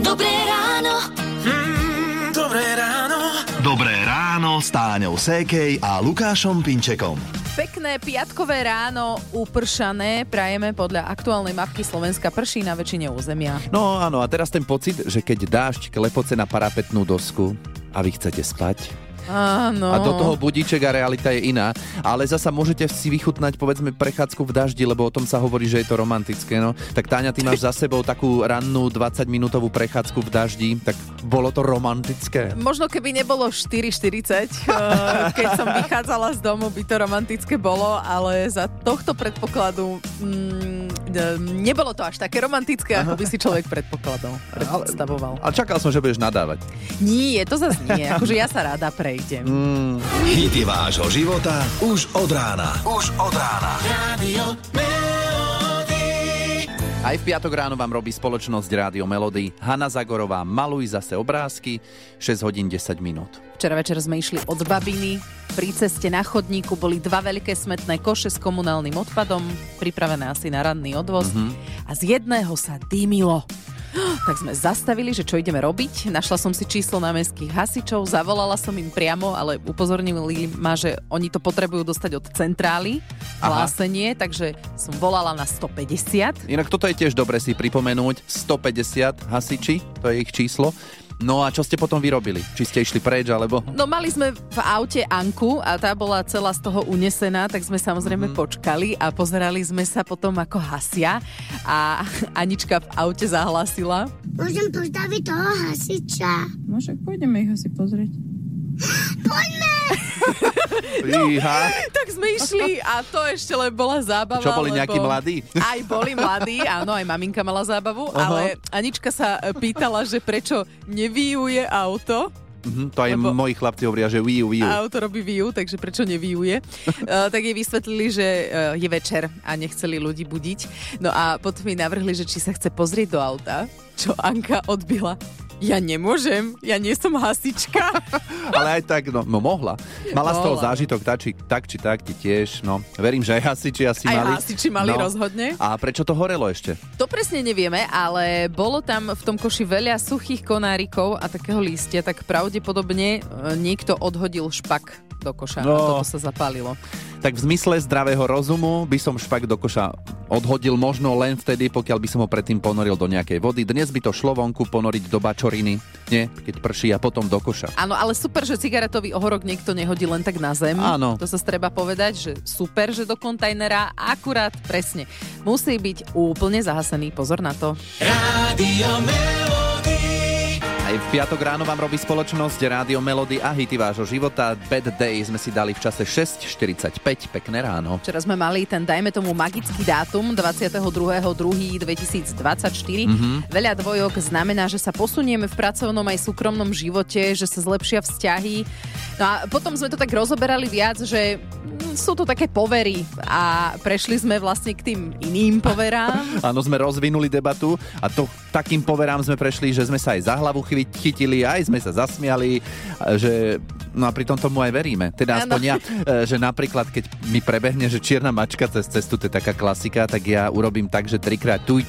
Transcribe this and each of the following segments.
Dobré ráno. Dobré ráno. Dobré ráno s Táňou Sékej a Lukášom Pinčekom. Pekné piatkové ráno, upršané, prajeme podľa aktuálnej mapky Slovenska, prší na väčšine územia. No áno, a teraz ten pocit, že keď dážď klepoce na parapetnú dosku a vy chcete spať. Áno. A do toho budíček a realita je iná. Ale zasa môžete si vychutnať, povedzme, prechádzku v daždi, lebo o tom sa hovorí, že je to romantické. No. Tak Táňa, ty máš za sebou takú rannú 20-minútovú prechádzku v daždi, tak bolo to romantické? Možno keby nebolo 4:40, keď som vychádzala z domu, by to romantické bolo, ale za tohto predpokladu nebolo to až také romantické, ako by si človek predstavoval. Ale čakal som, že budeš nadávať. Nie, to zase nie. Akože ja sa rada prejdem. Hity vášho života už od rána. Rádio Melody. Aj v piatok ráno vám robí spoločnosť Rádio Melody. Hanna Zagorová, Maluj zase obrázky, 6 hodín 10 minút. Včera večer sme išli od babiny. Pri ceste na chodníku boli 2 veľké smetné koše s komunálnym odpadom, pripravené asi na ranný odvoz. A z jedného sa dymilo. Tak sme zastavili, že čo ideme robiť. Našla som si číslo na mestských hasičov, zavolala som im priamo, ale upozornili ma, že oni to potrebujú dostať od centrály, hlásenie, takže som volala na 150. Inak toto je tiež dobre si pripomenúť. 150 hasiči, to je ich číslo. No a čo ste potom vyrobili? Či ste išli preč, alebo... No mali sme v aute Anku a tá bola celá z toho unesená, tak sme samozrejme počkali a pozerali sme sa potom, ako hasia. A Anička v aute zahlásila. Môžem pozdraviť toho hasiča. No však pôjdeme ich asi pozrieť. Poďme! Tak sme išli a to ešte len bola zábava. Čo, boli nejakí mladí? Aj boli mladí, áno, aj maminka mala zábavu, ale Anička sa pýtala, že prečo nevyjuje auto. To aj moji chlapci hovoria, že výju. Auto robí výju, takže prečo nevyjuje? Tak jej vysvetlili, že je večer a nechceli ľudí budiť. No a potom mi navrhli, že či sa chce pozrieť do auta, čo Anka odbila. Ja nemôžem, ja nie som hasička. Ale aj tak, no mohla. Mala z toho zážitok, tak či tak, ty tiež, no. Verím, že aj hasiči asi mali. Aj hasiči mali rozhodne. A prečo to horelo ešte? To presne nevieme, ale bolo tam v tom koši veľa suchých konárikov a takého lístia, tak pravdepodobne niekto odhodil špak do koša a toto sa zapálilo. Tak v zmysle zdravého rozumu by som špak do koša odhodil možno len vtedy, pokiaľ by som ho predtým ponoril do nejakej vody. Dnes by to šlo vonku ponoriť do bačoriny, nie? Keď prší a potom do koša. Áno, ale super, že cigaretový ohorok niekto nehodí len tak na zem. Áno. To sa treba povedať, že super, že do kontajnera akurát presne. Musí byť úplne zahasený, pozor na to. Rádio Melody. Aj v piatok ráno vám robí spoločnosť Rádio Melody a hity vášho života. Bad Day sme si dali v čase 6:45. Pekné ráno. Včera sme mali ten, dajme tomu, magický dátum 22.2.2024. Veľa dvojok znamená, že sa posunieme v pracovnom aj súkromnom živote, že sa zlepšia vzťahy. No a potom sme to tak rozoberali viac, že sú to také povery a prešli sme vlastne k tým iným poverám. Áno, sme rozvinuli debatu a to takým poverám sme prešli, že sme sa aj za hlavu chytili, aj sme sa zasmiali, že no a pritom tomu aj veríme. Teda aspoň ja, že napríklad, keď mi prebehne, že čierna mačka cez cestu, to je taká klasika, tak ja urobím tak, že 3-krát tuj,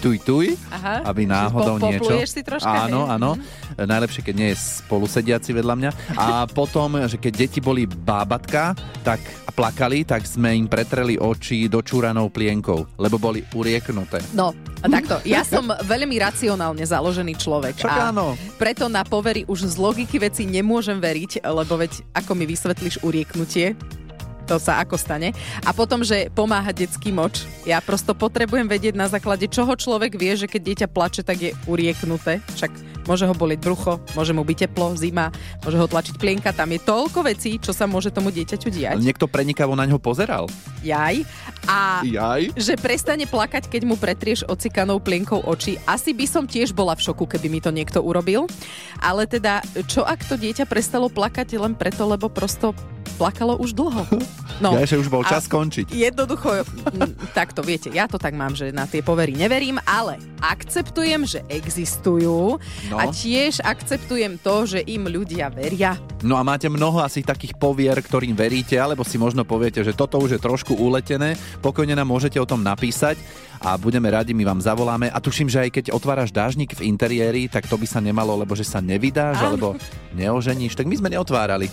aby náhodou niečo. Popluješ si troška? Áno. Najlepšie, keď nie je spolusediaci vedľa mňa. A potom, že keď deti boli bábatka, tak a plakali, tak sme im pretreli oči dočúranou plienkou, lebo boli urieknuté. No, a takto. Ja som veľmi racionálne založený človek. Však áno. Preto na povery už z logiky veci nemôžem veriť, lebo veď ako mi vysvetlíš urieknutie, to sa ako stane. A potom, že pomáha detský moč. Ja prosto potrebujem vedieť, na základe čoho človek vie, že keď dieťa plače, tak je urieknuté. Však môže ho bolieť brucho, môže mu byť teplo, zima, môže ho tlačiť plienka. Tam je toľko vecí, čo sa môže tomu dieťaťu diať. Niekto prenikavo na ňo pozeral. Jaj. Že prestane plakať, keď mu pretrieš ocikanou plienkou oči. Asi by som tiež bola v šoku, keby mi to niekto urobil. Ale teda, čo ak to dieťa prestalo plakať len preto, lebo prosto plakalo už dlho? No, Ja ešte už bol čas skončiť. Jednoducho, takto viete, ja to tak mám, že na tie povery neverím, ale akceptujem, že existujú a tiež akceptujem to, že im ľudia veria. No a máte mnoho asi takých povier, ktorým veríte, alebo si možno poviete, že toto už je trošku uletené. Pokojne nám môžete o tom napísať a budeme radi, my vám zavoláme. A tuším, že aj keď otváraš dážnik v interiéri, tak to by sa nemalo, lebo že sa nevydáš, alebo neoženíš. Tak my sme neotvárali.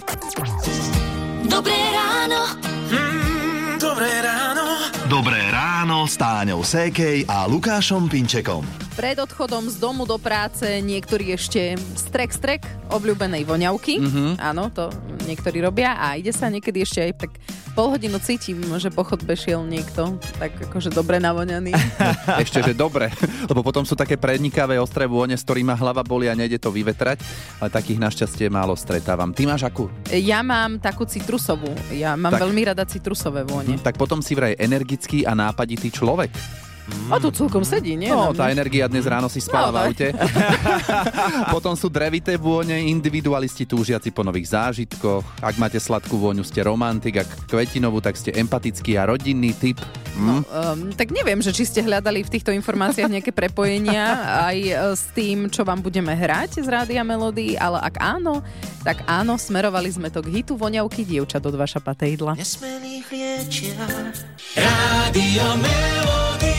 Dobré ráno. Dobré ráno. Dobré ráno s Táňou Sékej a Lukášom Pinčekom. Pred odchodom z domu do práce niektorí ešte strek obľúbenej voňavky. Áno, to niektorí robia a ide sa niekedy ešte aj tak pol hodinu cítim, že po chodbe šiel niekto tak akože dobre navoňaný. Ešte, že dobre, lebo potom sú také prednikavé ostré vône, s ktorými hlava boli a nejde to vyvetrať, ale takých našťastie málo stretávam. Ty máš akú? Ja mám takú citrusovú. Ja mám veľmi rada citrusové vône. Tak potom si vraj energický a nápaditý človek. A tu celkom sedí, nie? No, tá energia dnes ráno si spala v aute. Potom sú drevité vône, individualisti túžiaci po nových zážitkoch. Ak máte sladkú vôňu, ste romantik, ak kvetinovú, tak ste empatický a rodinný typ. Tak neviem, že či ste hľadali v týchto informáciách nejaké prepojenia aj s tým, čo vám budeme hrať z Rádia Melody, ale ak áno, tak áno, smerovali sme to k hitu voňavky dievčat od Vaša Patejdla. Nesmelých liečia Rádio Melody.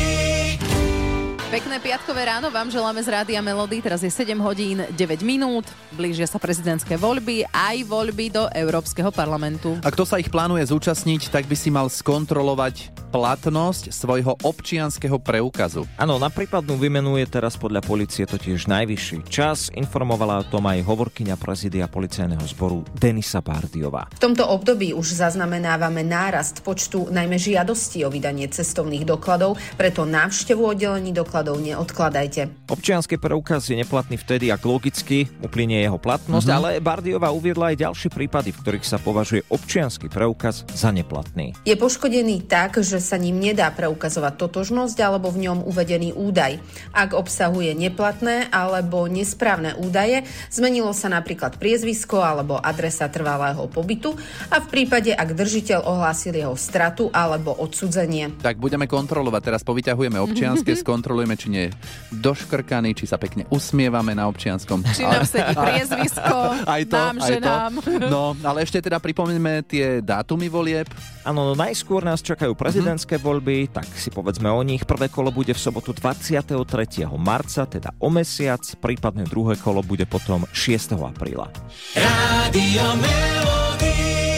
Pekné piatkové ráno vám želáme z Rádia Melody. Teraz je 7 hodín 9 minút. Blížia sa prezidentské voľby, aj voľby do Európskeho parlamentu. A kto sa ich plánuje zúčastniť, tak by si mal skontrolovať platnosť svojho občianskeho preukazu. Áno, na prípadnú výmenu je teraz podľa polície totiž najvyšší čas. Informovala o tom aj hovorkyňa prezídia policajného zboru Denisa Bárdiová. V tomto období už zaznamenávame nárast počtu najmä žiadostí o vydanie cestovných dokladov, preto návštevu oddelení dokladov neodkladajte. Občiansky preukaz je neplatný vtedy, ak logicky uplynie jeho platnosť, ale Bárdiová uviedla aj ďalšie prípady, v ktorých sa považuje občiansky preukaz za neplatný. Je poškodený tak, že sa ním nedá preukazovať totožnosť alebo v ňom uvedený údaj. Ak obsahuje neplatné alebo nesprávne údaje, zmenilo sa napríklad priezvisko alebo adresa trvalého pobytu a v prípade, ak držiteľ ohlásil jeho stratu alebo odcudzenie. Tak budeme kontrolovať, teraz povyťahujeme občianske, skontrolujeme, či nie je doškrkaný, či sa pekne usmievame na občianskom. Či nám sedí priezvisko, aj to, nám, aj ženám. No, ale ešte teda pripomeňme tie dátumy volieb. Áno, najskôr nás čakajú prezidentské voľby, tak si povedzme o nich. Prvé kolo bude v sobotu 23. marca, teda o mesiac, prípadne druhé kolo bude potom 6. apríla. Rádio Melody.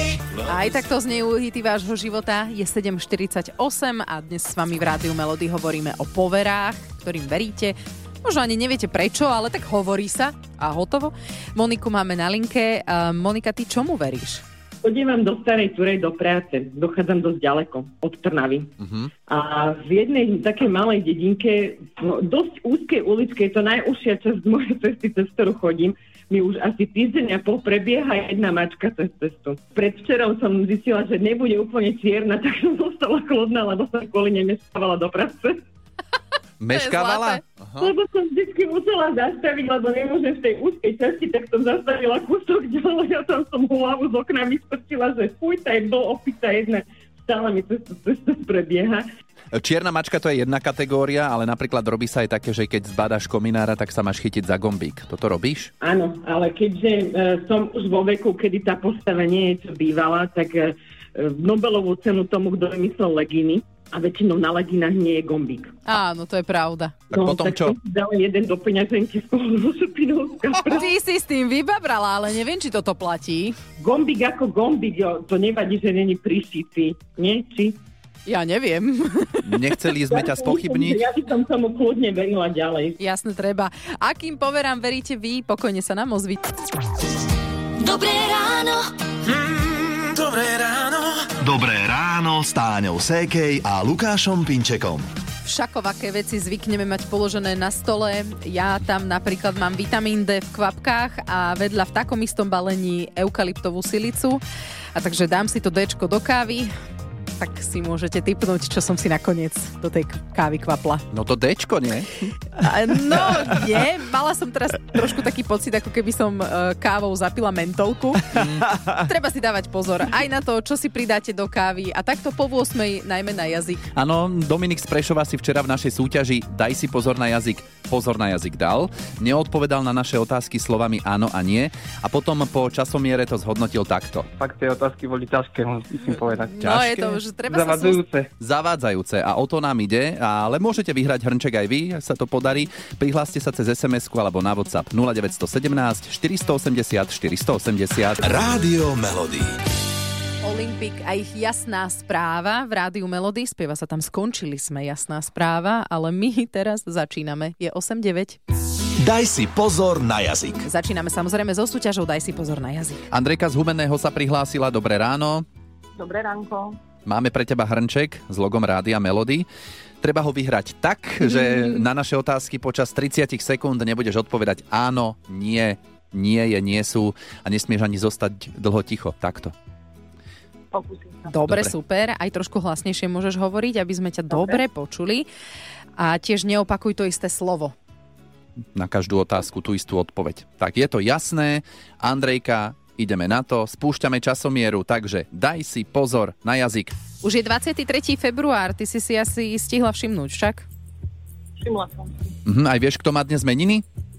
Aj takto znejú hity vášho života. Je 7:48 a dnes s vami v Rádiu Melody hovoríme o poverách, ktorým veríte. Možno ani neviete prečo, ale tak hovorí sa a hotovo. Moniku máme na linke. Monika, ty čomu veríš? Chodívam do Starej Turej do práce. Dochádzam dosť ďaleko od Trnavy. A v jednej takej malej dedinke, dosť úzkej uličke, je to najúžšia časť mojej cesty, cez ktorú chodím, mi už asi týždeň a pol prebieha jedna mačka cez cestu. Predvčerom som zistila, že nebude úplne čierna, tak som zostala chladná, lebo som kvôli nej meškávala do práce. Meškávala? Lebo som vždycky musela zastaviť, lebo nemôžem v tej úzkej časti, tak som zastavila kúsok ďalej a tam som hlavu z okna vystrčila, že fuj, taj bol opita jedna. Stále mi cestu prebieha. Čierna mačka to je jedna kategória, ale napríklad robí sa aj také, že keď zbadáš kominára, tak sa máš chytiť za gombík. Toto robíš? Áno, ale keďže som už vo veku, kedy tá postava nie je čo bývala, tak Nobelovú cenu tomu, kto vymyslel legíny, a väčšinou na leginách nie je gombík. Áno, to je pravda. Tak potom tak čo? som si dala jeden do peňaženky z toho šupinovska. Ty si s tým vybabrala, ale neviem, či toto platí. Gombík ako gombík, jo, to nevadí, že není prišitý. Nie? Či? Ja neviem. Nechceli sme ťa spochybniť? Ja by som tomu kľudne verila ďalej. Jasne, treba. Akým poverám veríte vy? Pokojne sa nám ozvite. Dobré ráno. Dobré ráno. Dobré ráno s Táňou Sékej a Lukášom Pinčekom. Všakovaké veci zvykneme mať položené na stole. Ja tam napríklad mám vitamín D v kvapkách a vedľa v takom istom balení eukalyptovú silicu. A takže dám si to Dčko do kávy. tak si môžete tipnúť, čo som si nakoniec do tej kávy kvapla. No to Dčko, nie? No, nie. Mala som teraz trošku taký pocit, ako keby som kávou zapila mentolku. Treba si dávať pozor aj na to, čo si pridáte do kávy a takto po 8 najmä na jazyk. Áno, Dominik z Prešova si včera v našej súťaži Daj si pozor na jazyk, pozor na jazyk dal. Neodpovedal na naše otázky slovami áno a nie a potom po časomiere to zhodnotil takto. Fakt tie otázky boli ťažké, musím povedať. No je to už, treba Zavádzajúce a o to nám ide, ale môžete vyhrať hrnček aj vy, ak sa to podarí. Prihláste sa cez SMS-ku alebo na WhatsApp 0917 480 480. Rádio Melody. Olympik a ich jasná správa v Rádiu Melody. Spieva sa tam Skončili sme, jasná správa, ale my teraz začíname. Je 8:09. Daj si pozor na jazyk. Začíname samozrejme so súťažou Daj si pozor na jazyk. Andrejka z Humenného sa prihlásila. Dobré ráno. Dobré ránko. Máme pre teba hrnček s logom Rádia Melody. Treba ho vyhrať tak, že na naše otázky počas 30 sekúnd nebudeš odpovedať áno, nie, nie je, nie sú a nesmieš ani zostať dlho ticho. Takto. Dobre, super. Aj trošku hlasnejšie môžeš hovoriť, aby sme ťa dobre počuli. A tiež neopakuj to isté slovo. Na každú otázku tú istú odpoveď. Tak je to jasné. Andrejka, ideme na to. Spúšťame časomieru, takže daj si pozor na jazyk. Už je 23. február, ty si asi stihla všimnúť, však? Všimla som si. Aj vieš, kto má dnes meniny?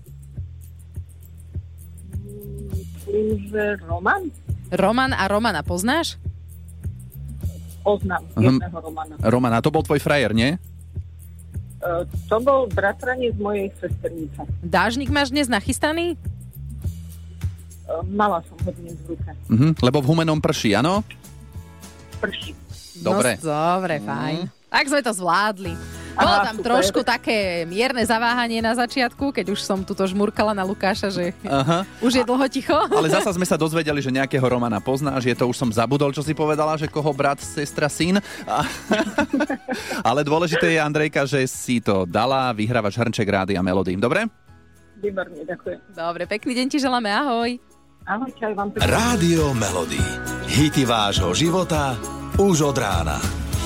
Myslím, že Roman? Roman a Romana poznáš? Poznám jedného Romana. Romana, to bol tvoj frajer, nie? To bol bratranec mojej sesternice. Dážnik máš dnes nachystaný? Mala som ho dnes v ruke. Lebo v Humenom prší, áno? Prší. Dobre. No, dobre, fajn. Tak sme to zvládli. Bolo tam super. trošku také mierne zaváhanie na začiatku, keď už som tuto žmurkala na Lukáša, že už je dlho ticho. Ale zasa sme sa dozvedeli, že nejakého Romana poznáš, je to už som zabudol, čo si povedala, že koho brat, sestra, syn. Ale dôležité je, Andrejka, že si to dala, vyhrávaš hrnček Rádia Melody. Dobre? Výborne, ďakujem. Dobre, pekný deň ti želáme, ahoj. Ahojte, aj vám pekne. Rádio Melody. Hity vášho života už od rána.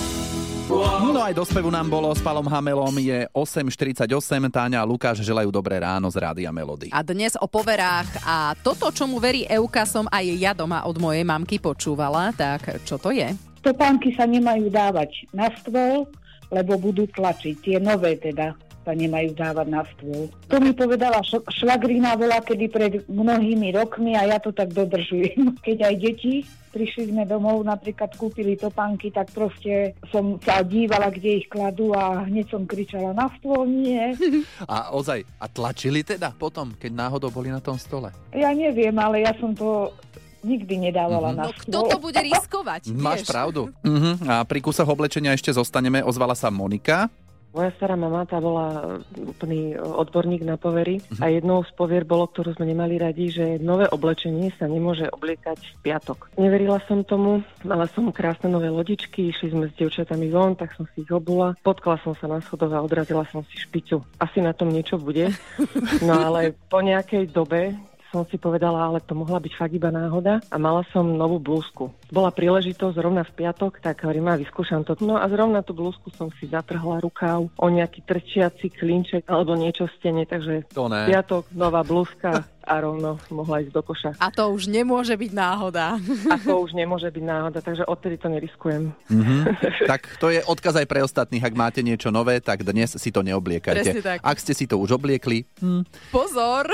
No aj do spevu nám bolo s Palom Hamelom, je 8:48, Táňa a Lukáš želajú dobré ráno z Rádia Melody. A dnes o poverách a toto, čomu verí Euka, som aj ja doma od mojej mamky počúvala, tak čo to je? Topánky sa nemajú dávať na stôl, lebo budú tlačiť, tie nové teda sa nemajú dávať na stôl. To mi povedala švagrina bola kedy pred mnohými rokmi a ja to tak dodržujem. Keď aj deti prišli sme domov, napríklad kúpili topánky, tak proste som sa dívala, kde ich kladú a hneď som kričala na stôl, nie. A ozaj, a tlačili teda potom, keď náhodou boli na tom stole? Ja neviem, ale ja som to nikdy nedávala na stôl. Kto to bude riskovať? Máš pravdu. A pri kúsoch oblečenia ešte zostaneme. Ozvala sa Monika. Moja stará mama, tá bola úplný odborník na povery a jednou z povier bolo, ktorú sme nemali radi, že nové oblečenie sa nemôže obliekať v piatok. Neverila som tomu, mala som krásne nové lodičky, išli sme s dievčatami von, tak som si ich obula, potkla som sa na schodoch a odrazila som si špicu. Asi na tom niečo bude, no ale po nejakej dobe som si povedala, ale to mohla byť fakt iba náhoda a mala som novú blúzku. Bola príležitosť zrovna v piatok, tak hovorím, vyskúšam to. No a zrovna tú blúzku som si zatrhla rukáv o nejaký trčiaci klinček alebo niečo v stene, takže piatok, nová blúzka a rovno mohla ísť do koša. A to už nemôže byť náhoda. A to už nemôže byť náhoda, takže odtedy to neriskujem. Tak to je odkaz aj pre ostatných, ak máte niečo nové, tak dnes si to neobliekajte. Ak ste si to už obliekli, Pozor!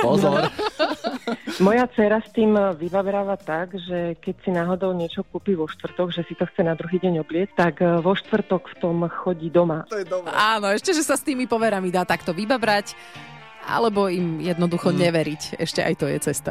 Moja dcera s tým vybaveráva tak, že keď si náhodou niečo kúpi vo štvrtok, že si to chce na druhý deň obliecť, tak vo štvrtok v tom chodí doma. To je dobré. Áno, ešte, že sa s tými poverami dá takto vybabrať, alebo im jednoducho neveriť. Ešte aj to je cesta.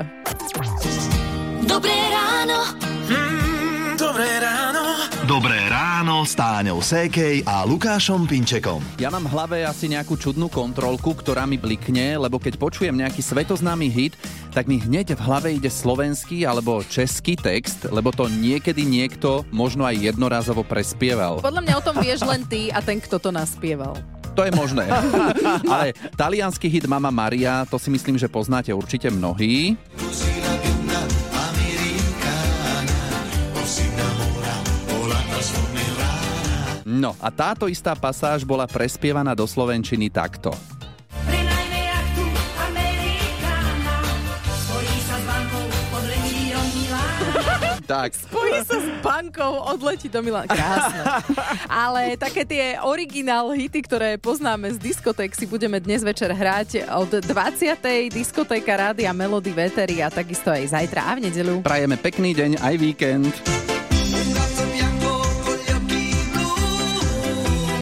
Dobré ráno. Dobré ráno. Dobré ráno s Táňou Sékej a Lukášom Pinčekom. Ja mám v hlave asi nejakú čudnú kontrolku, ktorá mi blikne, lebo keď počujem nejaký svetoznámy hit, tak mi hneď v hlave ide slovenský alebo český text, lebo to niekedy niekto možno aj jednorázovo prespieval. Podľa mňa o tom vieš len ty a ten, kto to naspieval. To je možné. Ale taliansky hit Mamma Maria, to si myslím, že poznáte určite mnohí. No a táto istá pasáž bola prespievaná do slovenčiny takto. Tak. Spojí sa s bankou, odletí do Milána. Krásne. Ale také tie originál hity, ktoré poznáme z diskoték, si budeme dnes večer hrať od 20. diskotéka Rádia Melody Véteri a takisto aj zajtra a v nedeľu. Prajeme pekný deň aj víkend.